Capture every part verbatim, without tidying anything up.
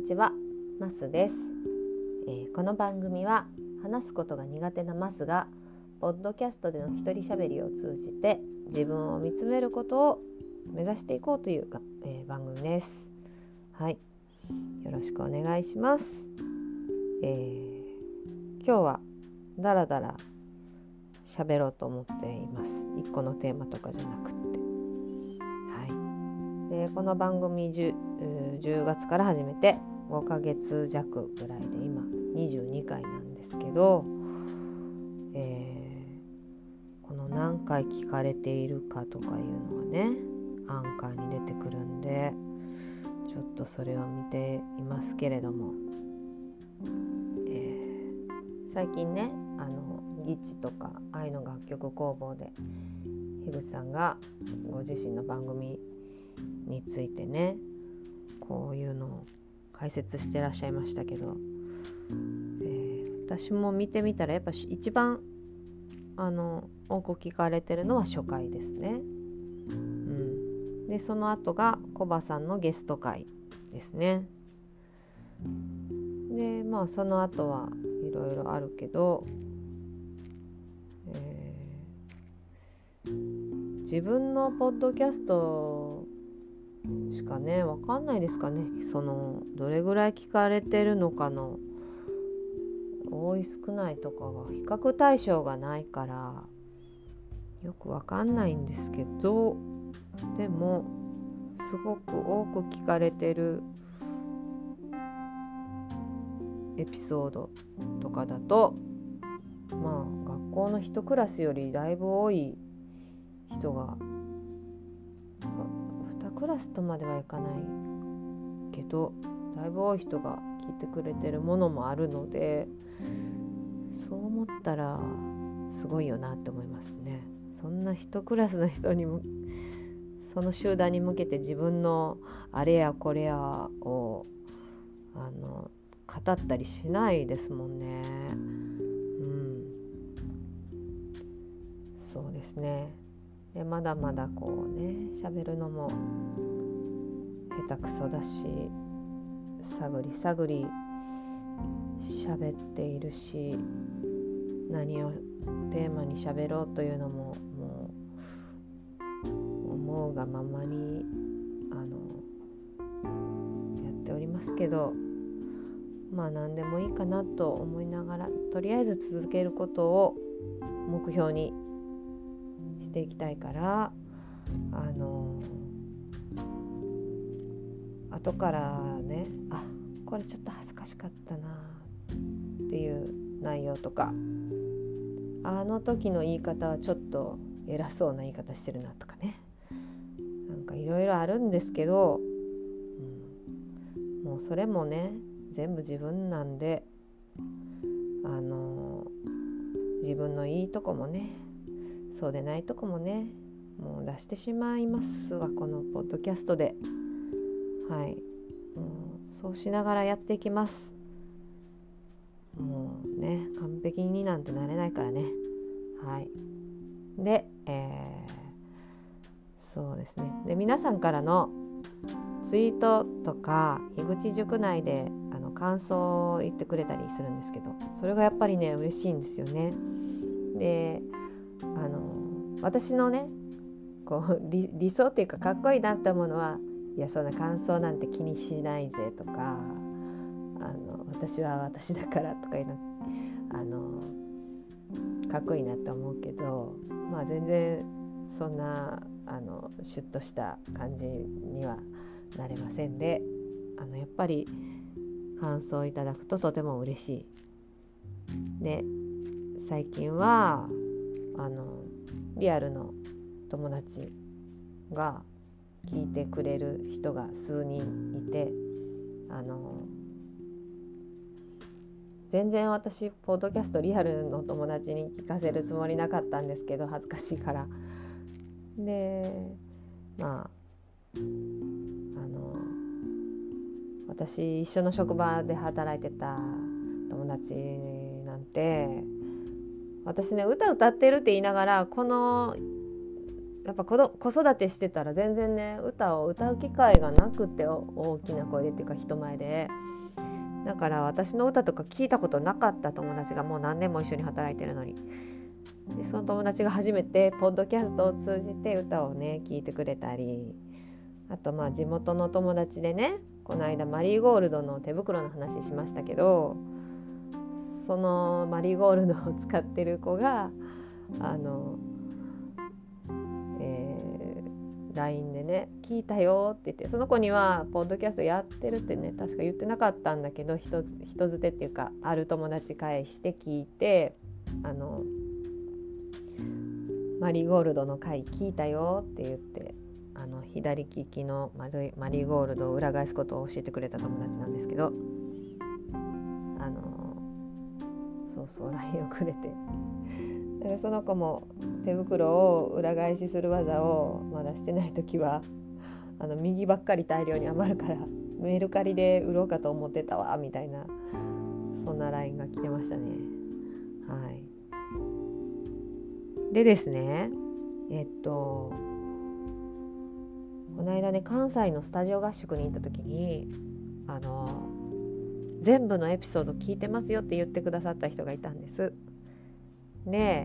にちは、マスです、えー、この番組は話すことが苦手なマスがポッドキャストでの一人喋りを通じて自分を見つめることを目指していこうというが、えー、番組です。はい、よろしくお願いします。えー、今日はだらだら喋ろうと思っています。一個のテーマとかじゃなくって、はい、でこの番組 10, じゅうがつから始めてごかげつじゃくぐらいで今にじゅうにかいなんですけど、えー、この何回聞かれているかとかいうのがねアンカーに出てくるんで、ちょっとそれを見ていますけれども、えー、最近ねあのギッチとか愛の楽曲工房で樋口さんがご自身の番組についてねこういうのを解説してらっしゃいましたけど、えー、私も見てみたらやっぱ一番あの多く聞かれてるのは初回ですね、うん、でその後がコバさんのゲスト回ですね。でまあその後はいろいろあるけど、えー、自分のポッドキャストしかね分かんないですかね。そのどれぐらい聞かれてるのかの多い少ないとかが比較対象がないからよく分かんないんですけど、でもすごく多く聞かれてるエピソードとかだと、まあ学校の一クラスよりだいぶ多い人がにクラスとまではいかないけどだいぶ多い人が聞いてくれてるものもあるので、そう思ったらすごいよなって思いますね。そんな一クラスの人にもその集団に向けて自分のあれやこれやをあの語ったりしないですもんね。うん、そうですね。でまだまだこうね喋るのも下手くそだし、探り探り喋っているし、何をテーマに喋ろうというのももう思うがままにあのやっておりますけど、まあ何でもいいかなと思いながらとりあえず続けることを目標にしていきたいから、あの後からねあこれちょっと恥ずかしかったなっていう内容とか、あの時の言い方はちょっと偉そうな言い方してるなとかね、なんかいろいろあるんですけど、うん、もうそれもね全部自分なんで、あの自分のいいとこもねそうでないとこもねもう出してしまいますわ、このポッドキャストで。はい、もうそうしながらやっていきます。もうね完璧になんてなれないからね。はい。で、えー、そうですね。で皆さんからのツイートとか樋口塾内であの感想を言ってくれたりするんですけど、それがやっぱりね嬉しいんですよね。であの私のねこう 理, 理想っていうかかっこいいなって思うのは、いやそんな感想なんて気にしないぜとか、あの私は私だからとかいうのあのかっこいいなって思うけど、まあ全然そんなあのシュッとした感じにはなれませんで、あのやっぱり感想いただくととても嬉しい。で最近はあのリアルの友達が聞いてくれる人が数人いて、あの全然私ポッドキャストリアルの友達に聞かせるつもりなかったんですけど恥ずかしいから、でまああの私一緒の職場で働いてた友達なんて、私ね歌歌ってるって言いながらこのやっぱ子ど子育てしてたら全然ね歌を歌う機会がなくて、大きな声でっていうか人前で、だから私の歌とか聞いたことなかった友達がもう何年も一緒に働いてるのに、でその友達が初めてポッドキャストを通じて歌をね聞いてくれたり、あとまあ地元の友達でね、この間マリーゴールドの手袋の話しましたけど、そのマリーゴールドを使ってる子があの、えー、ライン でね聞いたよって言って、その子にはポッドキャストやってるってね確か言ってなかったんだけど、人人づてっていうかある友達返して聞いて、あのマリーゴールドの回聞いたよって言って、あの左利きのマリーゴールドを裏返すことを教えてくれた友達なんですけど、あのそうそう ライン をくれて、だからその子も手袋を裏返しする技をまだしてない時はあの右ばっかり大量に余るからメルカリで売ろうかと思ってたわみたいな、そんな ライン が来てましたね。はい。でですね、えっとこの間ね関西のスタジオ合宿に行った時に、あの全部のエピソード聞いてますよって言ってくださった人がいたんです。で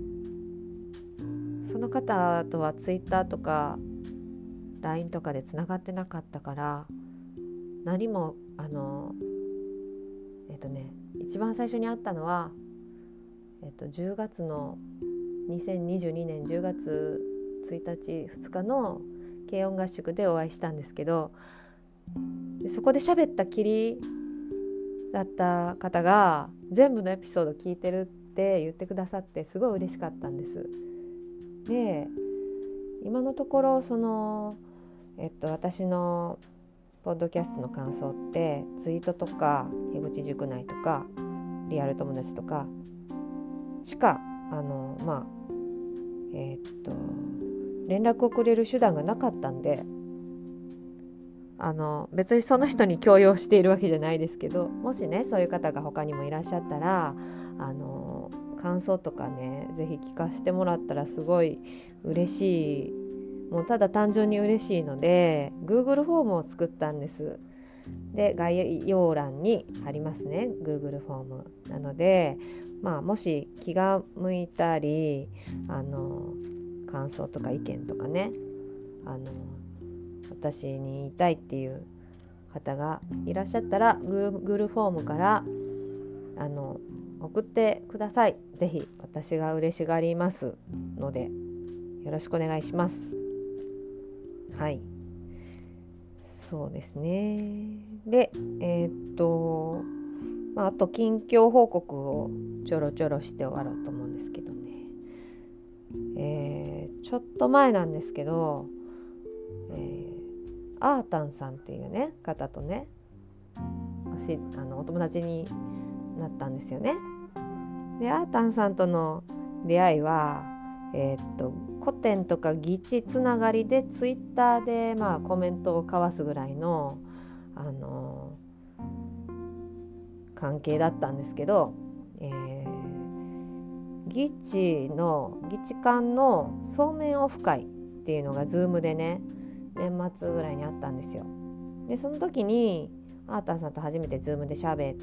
その方とはツイッターとか ライン とかでつながってなかったから、何もあのえっとね一番最初に会ったのは、えっと、じゅうがつのにせんにじゅうにねんじゅうがつついたちふつかの軽音合宿でお会いしたんですけど、でそこで喋ったきりだった方が全部のエピソード聞いてるって言ってくださって、すごい嬉しかったんです。で今のところその、えっと、私のポッドキャストの感想ってツイートとか樋口塾内とかリアル友達とかしかあのまあえー、っと連絡をくれる手段がなかったんで、あの別にその人に強要しているわけじゃないですけど、もしねそういう方が他にもいらっしゃったら、あの感想とかねぜひ聞かせてもらったらすごい嬉しい、もうただ単純に嬉しいので Google フォームを作ったんです。で概要欄に貼りますね Google フォームなので、まあ、もし気が向いたりあの感想とか意見とかね、あの私に言いたいっていう方がいらっしゃったら Google フォームからあの送ってください。ぜひ私が嬉しがりますのでよろしくお願いします。はい、そうですね。でえー、っとまあ、あと近況報告をちょろちょろして終わろうと思うんですけどね、えー、ちょっと前なんですけど、えー、アータンさんっていうね方とねあのお友達になったんですよね。でアータンさんとの出会いは、えー、っと古典とか議地つながりでツイッターで、まあ、コメントを交わすぐらいの、あの関係だったんですけど、えー、議地の議地館のそうめんオフ会っていうのが Zoom でね年末ぐらいにあったんですよ。でその時にアータンさんと初めて Zoom で喋って、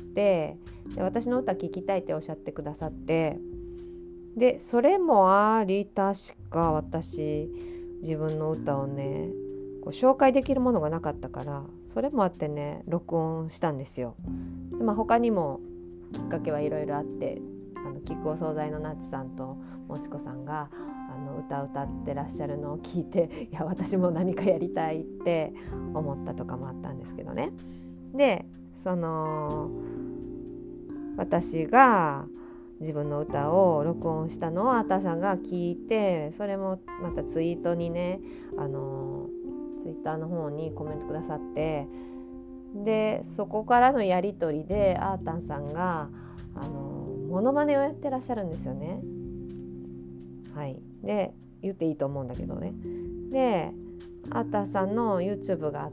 で私の歌聴きたいっておっしゃってくださって、でそれもあり確か私自分の歌をねこう紹介できるものがなかったから、それもあってね録音したんですよ。で、まあ、他にもきっかけはいろいろあって、あの菊お惣菜のなっちさんともちこさんがあの歌歌ってらっしゃるのを聞いて、いや私も何かやりたいって思ったとかもあったんですけどね。でその私が自分の歌を録音したのをあたさんが聞いて、それもまたツイートにねあのツイッターの方にコメントくださって、でそこからのやり取りでアータンさんがあのモノマネをやってらっしゃるんですよね。はい、で言っていいと思うんだけどね。でアータンさんの YouTube があって、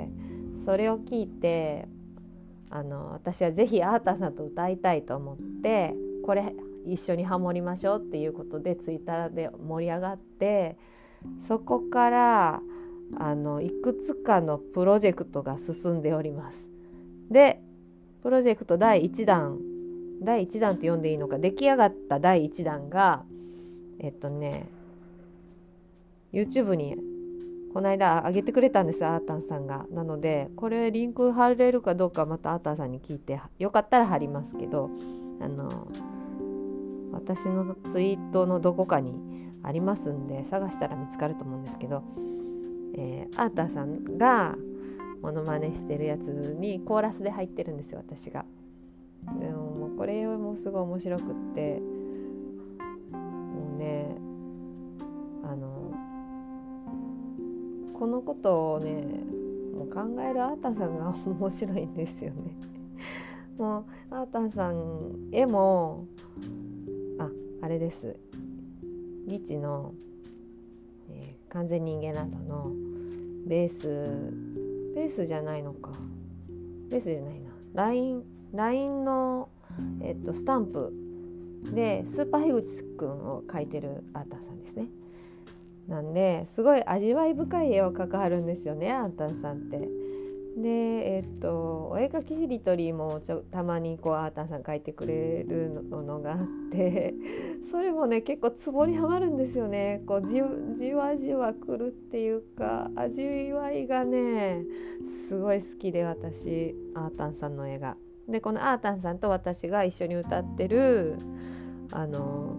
それを聞いてあの私はぜひアータンさんと歌いたいと思って、これ一緒にハモりましょうっていうことでツイッターで盛り上がって、 そこからあのいくつかのプロジェクトが進んでおります。でプロジェクトだいいちだんだいいちだんって読んでいいのか、出来上がっただいいちだんがえっとね YouTube にこの間上げてくれたんです、アータンさんが。なのでこれリンク貼れるかどうかまたアータンさんに聞いて、よかったら貼りますけど、あの私のツイートのどこかにありますんで探したら見つかると思うんですけど、えー、アータンさんがモノマネしてるやつにコーラスで入ってるんですよ、私が。でももうこれもすごい面白くって、もうねあのこのことをねもう考えるアータンさんが面白いんですよね。もうアータンさんへもああれです、リチの、えー、完全人間ランドのベースベースじゃないのかベースじゃないな ライン, ラインの、えっと、スタンプでスーパー樋口くんを描いてるアータンさんですね。なんですごい味わい深い絵を描かはるんですよね、アータンさんって。でえっとお絵描きしりとりもちょたまにこうアータンさん描いてくれるのがあってそれもね結構ツボにはまるんですよね。こう じ, じわじわくるっていうか味わいがねすごい好きで、私アータンさんの絵が。でこのアータンさんと私が一緒に歌ってるあの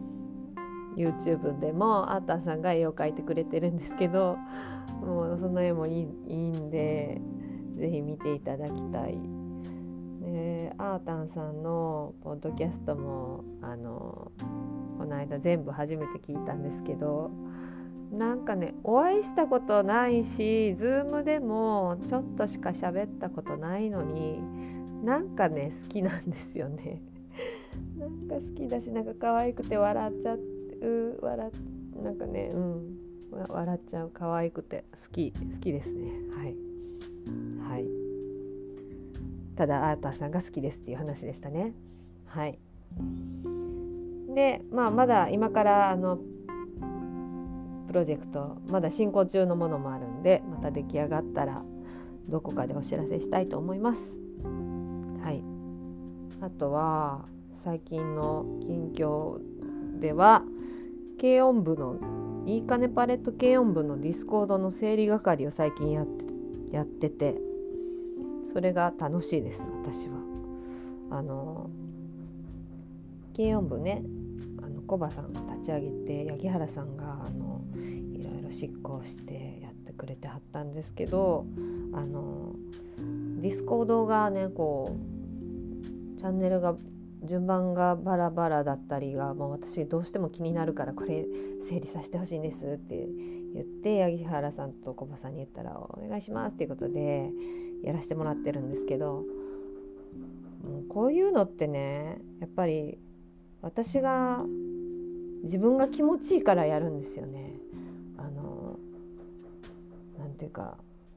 YouTube でもアータンさんが絵を描いてくれてるんですけど、もうその絵もいい、いいんでぜひ見ていただきたい。でアータンさんのポッドキャストもあのこの間全部初めて聞いたんですけど、なんかねお会いしたことないし Zoom でもちょっとしか喋ったことないのになんかね好きなんですよね。なんか好きだし、なんか可愛くて笑っちゃう笑なんかねうん笑っちゃう、可愛くて好き好きですね。はいはい。ただアーターさんが好きですっていう話でしたね。はい。で、まあまだ今からあのプロジェクトまだ進行中のものもあるんで、また出来上がったらどこかでお知らせしたいと思います。はい。あとは最近の近況では軽音部のいいかねパレット軽音部のディスコードの整理係を最近やって、やってて、それが楽しいです。私はあの軽音部ね、あのコバさんが立ち上げて八木原さんがあのいろいろ執行してやってくれてはったんですけど、あのディスコードがねこうチャンネルが順番がバラバラだったりがもう私どうしても気になるからこれ整理させてほしいんですって言って八木原さんと小葉さんに言ったらお願いしますっていうことでやらせてもらってるんですけど、もうこういうのってねやっぱり私が自分が気持ちいいからやるんですよね。あのなんていうか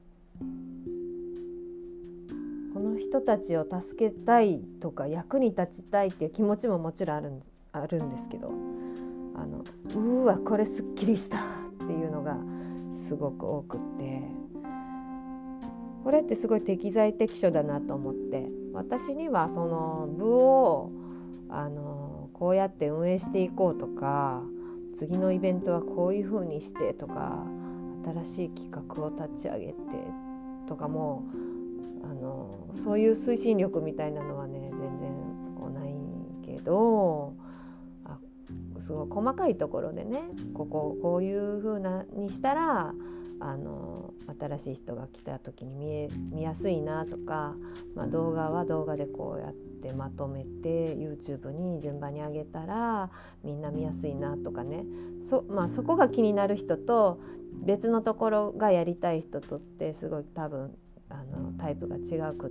この人たちを助けたいとか役に立ちたいっていう気持ちももちろんあるん、あるんですけど、あのうわこれすっきりしたっていうのがすごく多くって、これってすごい適材適所だなと思って、私にはその部をあのこうやって運営していこうとか、次のイベントはこういう風にしてとか、新しい企画を立ち上げてとかもあのそういう推進力みたいなのはね全然こうないけど、あすごい細かいところでね、こここういう風なにしたらあの新しい人が来た時に見え見やすいなとか、まあ、動画は動画でこうやってまとめて YouTube に順番に上げたらみんな見やすいなとかね、 そ,、まあ、そこが気になる人と別のところがやりたい人とってすごい多分あのタイプが違くって、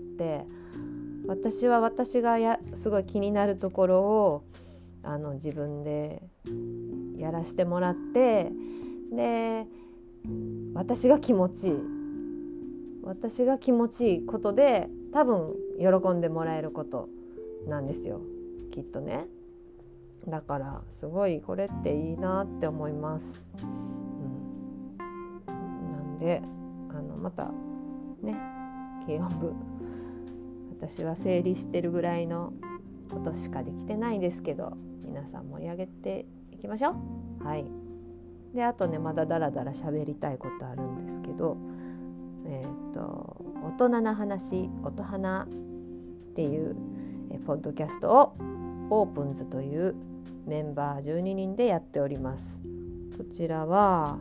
私は私がやすごい気になるところをあの自分でやらせてもらって、で私が気持ちいい私が気持ちいいことで多分喜んでもらえることなんですよ、きっとね。だからすごいこれっていいなって思います、うん、 で、あのまたね軽音部、私は整理してるぐらいのことしかできてないですけど、皆さん盛り上げていきましょう。はい。であとね、まだだらだら喋りたいことあるんですけど、えー、と大人な話、音花っていうえポッドキャストをオープンズというメンバーじゅうににんでやっております。こちらは、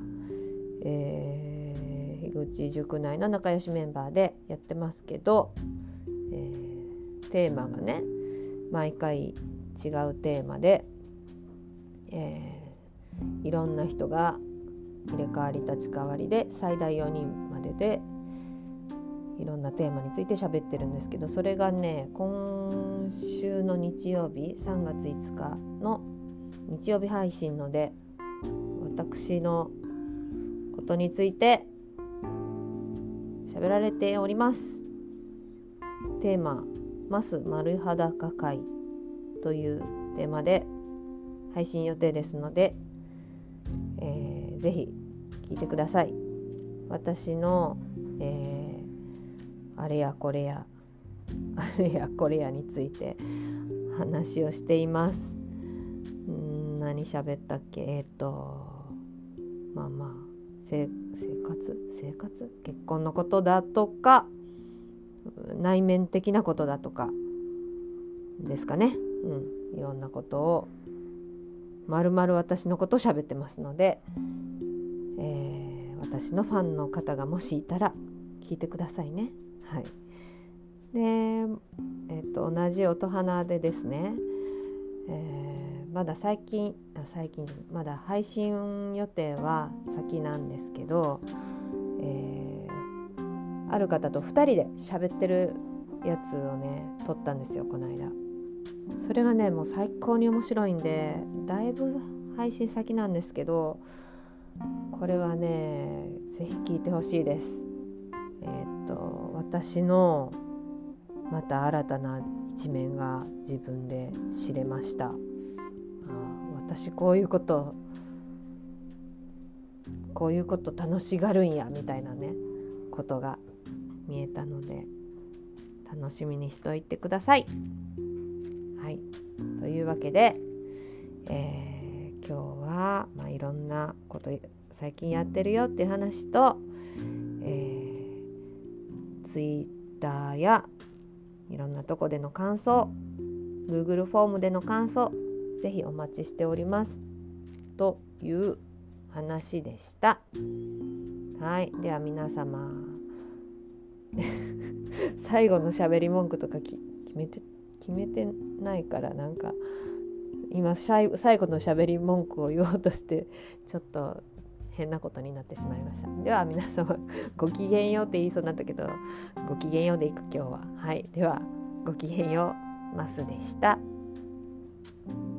えー、樋口塾内の仲良しメンバーでやってますけど、えー、テーマがね毎回違うテーマで、えー、いろんな人が入れ替わり立ち替わりで最大よにんまででいろんなテーマについて喋ってるんですけど、それがね今週の日曜日さんがついつかの日曜日配信ので、私のことについて喋られております。テーママス丸裸会というテーマで配信予定ですので、えー、ぜひ聞いてください。私の、えー、あれやこれやあれやこれやについて話をしています。ん何喋ったっけえっ、ー、とまあまあ生活生活結婚のことだとか内面的なことだとかですかね、うん、いろんなことをまるまる私のことを喋ってますので、えー、私のファンの方がもしいたら聞いてくださいね。はい。で、えー、と同じ音花でですね、えー、まだ最近あ最近まだ配信予定は先なんですけど、えー、ある方とふたりで喋ってるやつをね撮ったんですよ、この間。それがねもう最高に面白いんで、だいぶ配信先なんですけど、これはねぜひ聞いてほしいです。えー、っと私のまた新たな一面が自分で知れました。あ私こういうことこういうこと楽しがるんやみたいなねことが見えたので、楽しみにしておいてください。はい、というわけで、えー、今日は、まあ、いろんなこと最近やってるよっていう話と、えー、ツイッターやいろんなとこでの感想、 Google フォームでの感想ぜひお待ちしておりますという話でした。はい、では皆様最後の喋り文句とかき決めて決めてないから、なんか今最後の喋り文句を言おうとしてちょっと変なことになってしまいました。では皆様ごきげんようって言いそうになったけど、ごきげんようでいく今日は。はい、ではごきげんよう、マスでした。